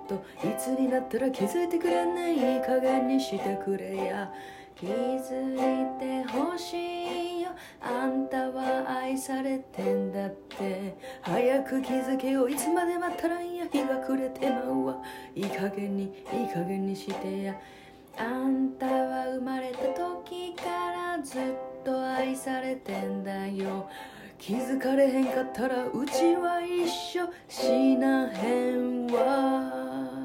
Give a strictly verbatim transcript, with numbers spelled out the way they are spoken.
といつになったら気づいてくれない、いい加減にしてくれや。気づいてほしいよ、あんたは愛されてんだって。早く気づけよ、いつまで待ったらんや、日が暮れてまうわ。いい加減にいい加減にしてや。あんたは生まれた時からずっと愛されてんだよ。気づかれへんかったらうちは一緒死なへんわ。